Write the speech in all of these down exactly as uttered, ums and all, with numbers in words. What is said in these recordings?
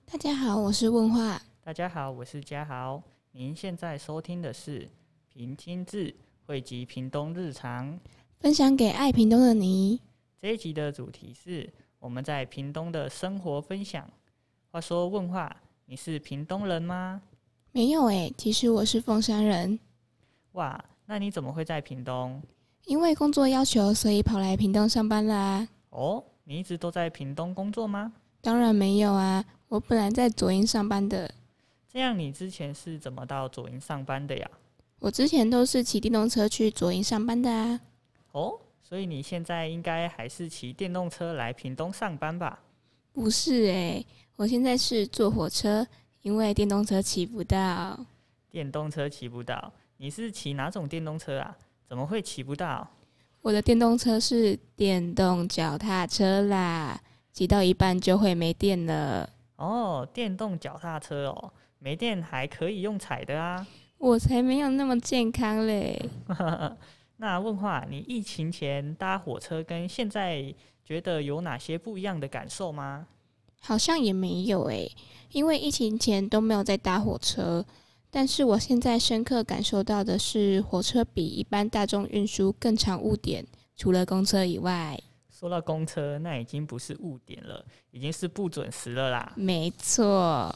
大家好，我是问话。 大家好，我是嘉豪。您现在收听的是平津志汇集屏东日常， 分享给爱屏东的你。 这一集的主题是我们在屏东的生活分享。话说问话，你是屏东人吗？ 没有诶，其实我是凤山人。 哇，那你怎么会在屏东？ 因为工作要求，所以跑来屏东上班啦。 哦，你一直都在屏东工作吗？ 当然没有啊，我本来在左营上班的。 这样你之前是怎么到左营上班的呀？ 我之前都是骑电动车去左营上班的啊。 哦，所以你现在应该还是骑电动车来屏东上班吧？ 不是诶，我现在是坐火车，因为电动车骑不到。 电动车骑不到，你是骑哪种电动车啊？怎么会骑不到？ 我的电动车是电动脚踏车啦，骑到一半就会没电了。 哦，电动脚踏车哦，没电还可以用踩的啊。 我才没有那么健康嘞。 那问话，你疫情前搭火车跟现在觉得有哪些不一样的感受吗？ 好像也没有诶，因为疫情前都没有在搭火车。但是我现在深刻感受到的是，火车比一般大众运输更常误点，除了公车以外。 说到公车，那已经不是误点了，已经是不准时了啦。 没错。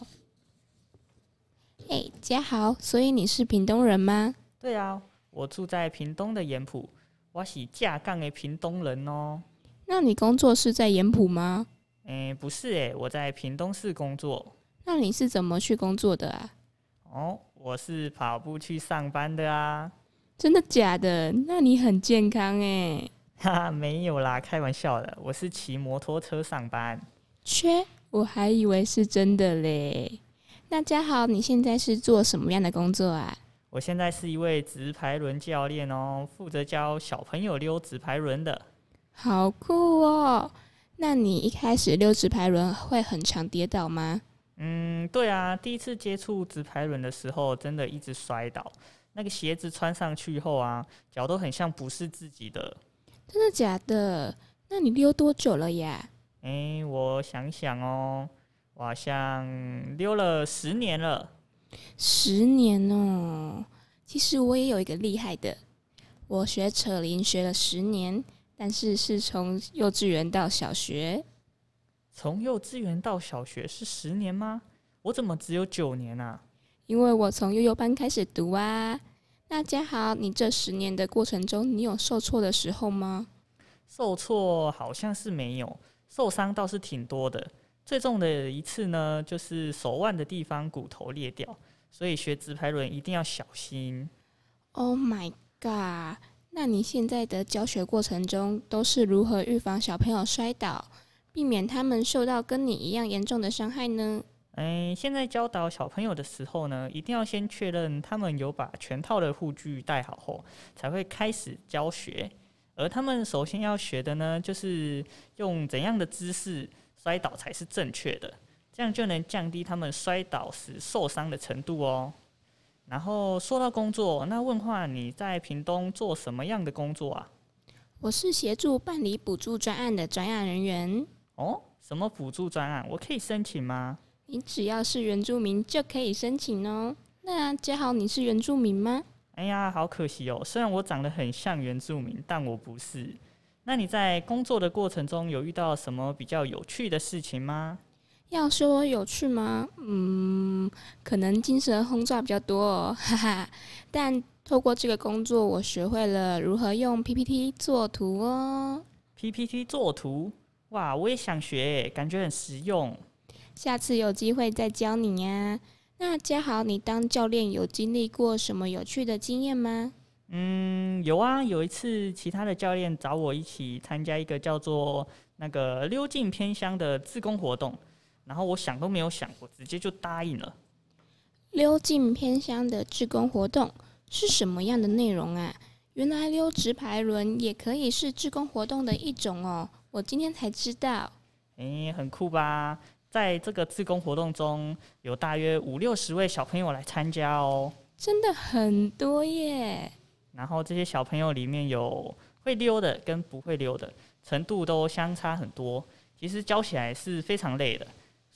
嘿，嘉豪，所以你是屏东人吗？ 对啊，我住在屏东的盐埔，我是架杠的屏东人哦。 那你工作是在盐埔吗？ 诶，不是诶，我在屏东市工作。 那你是怎么去工作的啊？ 哦，我是跑步去上班的啊。 真的假的？那你很健康诶。 哈哈，没有啦，开玩笑的。我是骑摩托车上班。 切，我还以为是真的嘞。那嘉豪，你现在是做什么样的工作啊？ 我现在是一位直排轮教练哦，负责教小朋友溜直排轮的。 好酷哦！那你一开始溜直排轮会很常跌倒吗？ 嗯，对啊，第一次接触直排轮的时候，真的一直摔倒。那个鞋子穿上去后啊，脚都很像不是自己的。 真的假的？那你溜多久了呀？ 诶，我想想哦，我好像溜了十年了。 十年哦。其实我也有一个厉害的，我学扯铃学了十年，但是是从幼稚园到小学。 从幼稚园到小学是十年吗？我怎么只有九年啊？ 因为我从幼幼班开始读啊。那嘉豪，你这十年的过程中，你有受挫的时候吗？ 受挫好像是没有，受伤倒是挺多的。最重的一次呢，就是手腕的地方骨头裂掉，所以学直排轮一定要小心。 Oh my god！那你现在的教学过程中都是如何预防小朋友摔倒，避免他们受到跟你一样严重的伤害呢？ 哎，现在教导小朋友的时候呢，一定要先确认他们有把全套的护具带好后，才会开始教学。而他们首先要学的呢，就是用怎样的姿势摔倒才是正确的，这样就能降低他们摔倒时受伤的程度哦。然后说到工作，那问话你在屏东做什么样的工作啊？ 我是协助办理补助专案的专案人员。 哦，什么补助专案？我可以申请吗？ 你只要是原住民就可以申请哦。那嘉豪，你是原住民吗？ 哎呀，好可惜哦！虽然我长得很像原住民，但我不是。那你在工作的过程中有遇到什么比较有趣的事情吗？ 要说有趣吗？嗯，可能精神轰炸比较多哦，哈哈。但透过这个工作，我学会了如何用 P P T 做图哦。 P P T 作图，哇，我也想学耶，感觉很实用。 下次有机会再教你呀。那嘉豪，你当教练有经历过什么有趣的经验吗？ 嗯，有啊，有一次其他的教练找我一起参加一个叫做那个溜进偏乡的志工活动，然后我想都没有想，我直接就答应了。 溜进偏乡的志工活动是什么样的内容啊？原来溜直排轮也可以是志工活动的一种哦，我今天才知道。 诶，很酷吧？在这个志工活动中，有大约五六十位小朋友来参加哦。 真的很多耶。 然后这些小朋友里面有会溜的跟不会溜的，程度都相差很多。其实教起来是非常累的，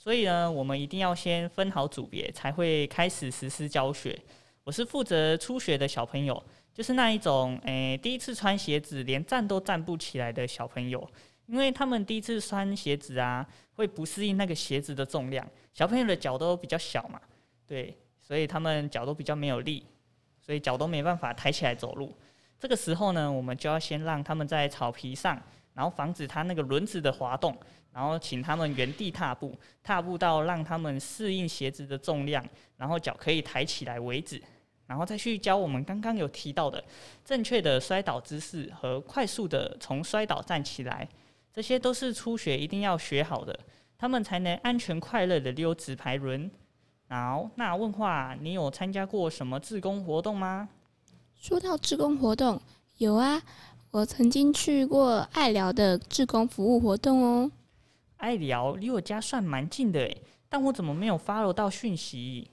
所以呢，我们一定要先分好组别，才会开始实施教学。我是负责初学的小朋友，就是那一种，诶，第一次穿鞋子连站都站不起来的小朋友，因为他们第一次穿鞋子啊，会不适应那个鞋子的重量。小朋友的脚都比较小嘛，对，所以他们脚都比较没有力，所以脚都没办法抬起来走路。这个时候呢，我们就要先让他们在草皮上，然后防止他那个轮子的滑动，然后请他们原地踏步，踏步到让他们适应鞋子的重量，然后脚可以抬起来为止。然后再去教我们刚刚有提到的正确的摔倒姿势和快速的从摔倒站起来，这些都是初学一定要学好的，他们才能安全快乐的溜直排轮。好，那问话，你有参加过什么志工活动吗？ 说到志工活动，有啊，我曾经去过爱寮的志工服务活动哦。 爱寮离我家算蛮近的耶，但我怎么没有 follow 到讯息？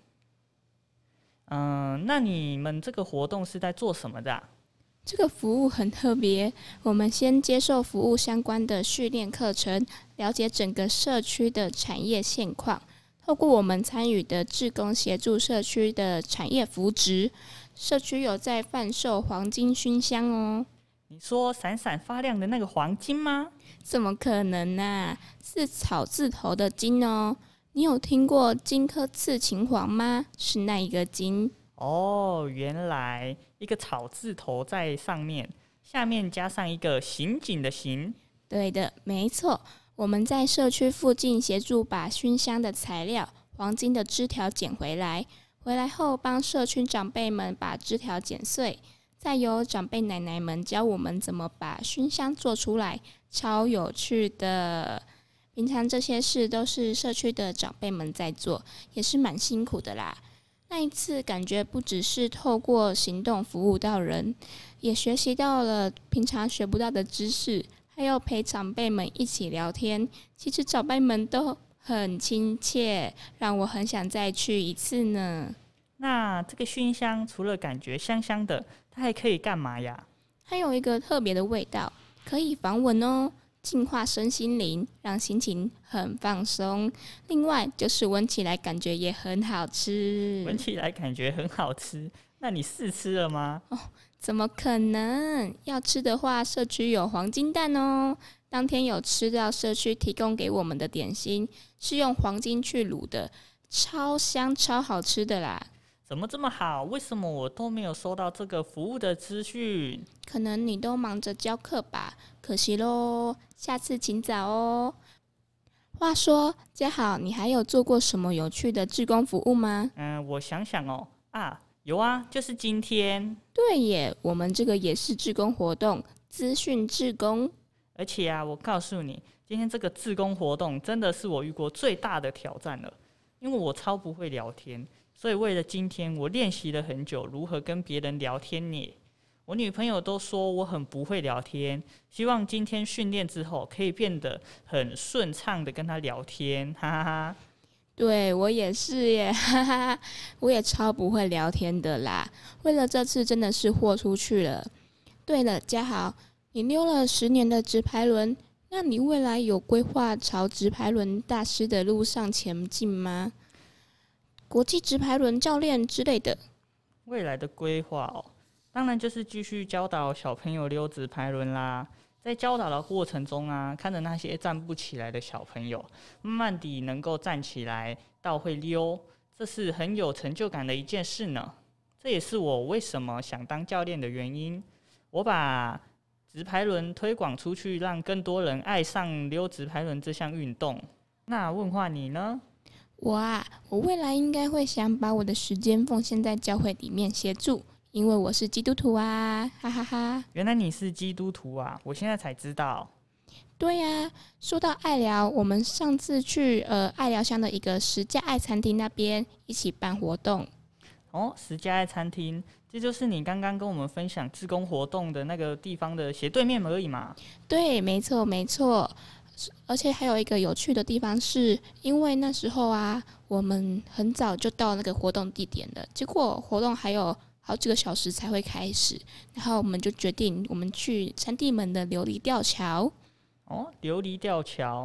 嗯，那你们这个活动是在做什么的啊？ 这个服务很特别，我们先接受服务相关的训练课程，了解整个社区的产业现况，透过我们参与的志工协助社区的产业扶植。社区有在贩售黄金熏香哦。 你说闪闪发亮的那个黄金吗？ 怎么可能啊？是草字头的金哦。你有听过金科刺秦黄吗？是那一个金哦，原来一个草字头在上面，下面加上一个刑警的刑。 对的，没错。我们在社区附近协助把熏香的材料黄金的枝条捡回来，回来后帮社区长辈们把枝条剪碎，再由长辈奶奶们教我们怎么把熏香做出来，超有趣的。平常这些事都是社区的长辈们在做，也是蛮辛苦的啦。那一次感觉不只是透过行动服务到人，也学习到了平常学不到的知识，还有陪长辈们一起聊天。其实长辈们都很亲切，让我很想再去一次呢。 那这个熏香除了感觉香香的，它还可以干嘛呀？ 还有一个特别的味道，可以防蚊哦，净化身心灵，让心情很放松。另外就是闻起来感觉也很好吃。 闻起来感觉很好吃，那你试吃了吗？ 哦，怎么可能？要吃的话，社区有黄金蛋哦。当天有吃到社区提供给我们的点心，是用黄金去卤的，超香超好吃的啦。 怎么这么好？为什么我都没有收到这个服务的资讯？ 可能你都忙着教课吧，可惜咯，下次请早哦。话说，嘉豪，你还有做过什么有趣的志工服务吗？ 嗯，我想想哦，啊，有啊，就是今天。 对耶，我们这个也是志工活动，资讯志工。 而且啊，我告诉你，今天这个志工活动真的是我遇过最大的挑战了，因为我超不会聊天，所以为了今天，我练习了很久如何跟别人聊天呢。我女朋友都说我很不会聊天，希望今天训练之后可以变得很顺畅的跟她聊天，哈哈哈。 对，我也是耶，哈哈，我也超不会聊天的啦。为了这次真的是豁出去了。对了，嘉豪，你溜了十年的直排轮，那你未来有规划朝直排轮大师的路上前进吗？国际直排轮教练之类的。 未来的规划哦，当然就是继续教导小朋友溜直排轮啦。在教导的过程中啊，看着那些站不起来的小朋友，慢慢地能够站起来到会溜，这是很有成就感的一件事呢。这也是我为什么想当教练的原因。我把直排轮推广出去，让更多人爱上溜直排轮这项运动。那问话你呢？ 我啊，我未来应该会想把我的时间奉献在教会里面协助，因为我是基督徒啊，哈哈哈。 原来你是基督徒啊，我现在才知道。 对呀、啊，说到爱寮，我们上次去呃爱寮乡的一个十家爱餐厅那边一起办活动。 哦，十家爱餐厅，这就是你刚刚跟我们分享志工活动的那个地方的斜对面而已嘛？ 对，没错没错。而且还有一个有趣的地方是，因为那时候啊，我们很早就到那个活动地点了，结果活动还有好几个小时才会开始，然后我们就决定我们去山地门的琉璃吊桥。 哦，琉璃吊桥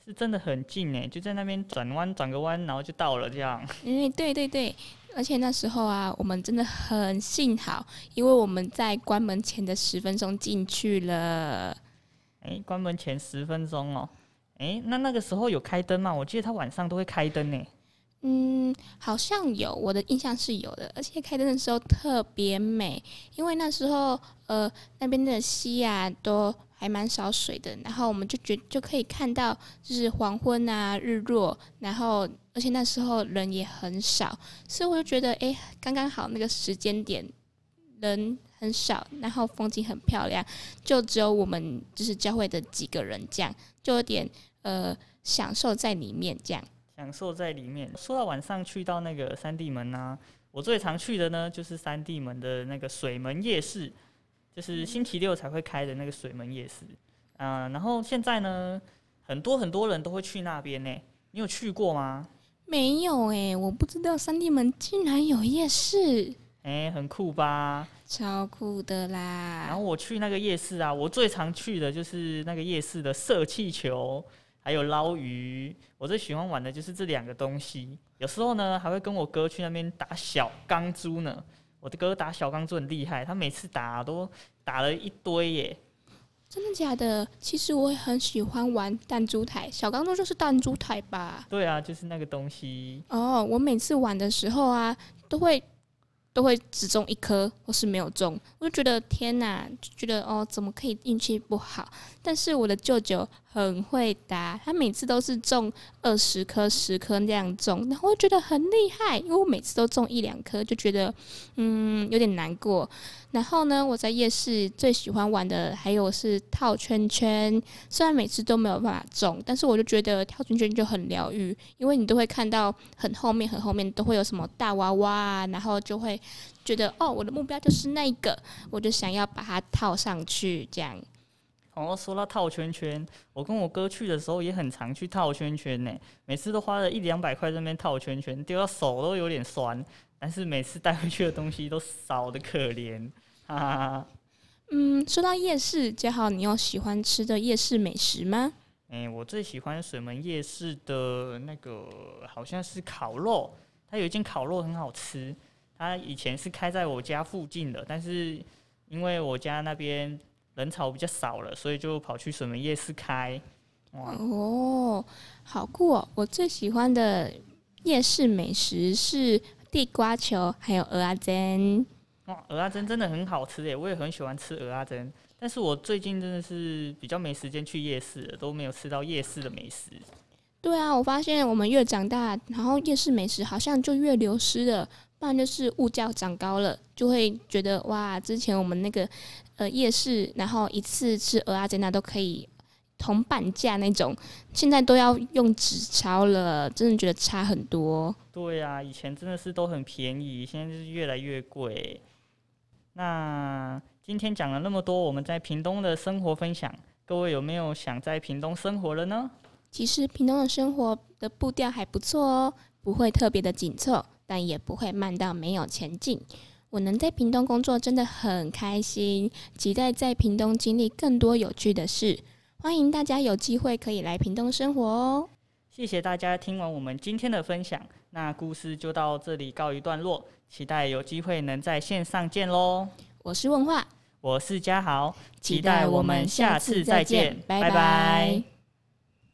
是真的很近哎，就在那边转弯转个弯，然后就到了这样。 嗯，对对对，而且那时候啊，我们真的很幸好，因为我们在关门前的十分钟进去了。 哎，关门前十分钟哦。哎，那那个时候有开灯吗？我记得他晚上都会开灯呢。 嗯，好像有，我的印象是有的，而且开灯的时候特别美，因为那时候呃那边的溪啊都还蛮少水的，然后我们就觉就可以看到就是黄昏啊日落，然后而且那时候人也很少，所以我就觉得哎刚刚好那个时间点人很少，然后风景很漂亮，就只有我们就是教会的几个人这样，就有点呃享受在里面这样。 享受在里面。说到晚上去到那个三地门啊，我最常去的呢就是三地门的那个水门夜市，就是星期六才会开的那个水门夜市。啊、呃，然后现在呢，很多很多人都会去那边呢。你有去过吗？ 没有哎、欸，我不知道三地门竟然有夜市， 哎、欸，很酷吧？ 超酷的啦！ 然后我去那个夜市啊，我最常去的就是那个夜市的射气球。还有捞鱼，我最喜欢玩的就是这两个东西。有时候呢，还会跟我哥去那边打小钢珠呢。我的哥打小钢珠很厉害，他每次打都打了一堆耶。 真的假的？其实我也很喜欢玩弹珠台，小钢珠就是弹珠台吧？ 对啊，就是那个东西。 哦，我每次玩的时候啊，都会都会只中一颗，或是没有中，我就觉得天哪，就觉得哦，怎么可以运气不好？但是我的舅舅很会打，他每次都是中二十颗、十颗那样中，然后我觉得很厉害，因为我每次都中一两颗，就觉得嗯有点难过。然后呢，我在夜市最喜欢玩的还有是套圈圈，虽然每次都没有办法中，但是我就觉得套圈圈就很疗愈，因为你都会看到很后面、很后面都会有什么大娃娃啊，然后就会觉得哦，我的目标就是那一个，我就想要把它套上去，这样。 哦，说到套圈圈，我跟我哥去的时候也很常去套圈圈呢，每次都花了一两百块在那边套圈圈，丢到手都有点酸，但是每次带回去的东西都少得可怜，哈哈哈。 嗯，说到夜市，嘉豪，你有喜欢吃的夜市美食吗？ 哎、欸，我最喜欢水门夜市的那个好像是烤肉，它有一间烤肉很好吃，它以前是开在我家附近的，但是因为我家那边人潮比较少了，所以就跑去水门夜市开。哇哦，好酷哦！我最喜欢的夜市美食是地瓜球，还有蚵仔煎。 哇，蚵仔煎真的很好吃耶，我也很喜欢吃蚵仔煎。但是我最近真的是比较没时间去夜市了，都没有吃到夜市的美食。 对啊，我发现我们越长大，然后夜市美食好像就越流失了，不然就是物价涨高了，就会觉得哇，之前我们那个呃夜市，然后一次吃蚵仔煎那都可以铜板价那种，现在都要用纸钞了，真的觉得差很多。 对啊，以前真的是都很便宜，现在就是越来越贵。那今天讲了那么多我们在屏东的生活分享，各位有没有想在屏东生活了呢？ 其实屏东的生活的步调还不错哦，不会特别的紧凑，但也不会慢到没有前进。我能在屏东工作真的很开心，期待在屏东经历更多有趣的事。欢迎大家有机会可以来屏东生活哦。 谢谢大家听完我们今天的分享，那故事就到这里告一段落，期待有机会能在线上见咯。 我是文化， 我是嘉豪， 期待我们下次再见，拜拜。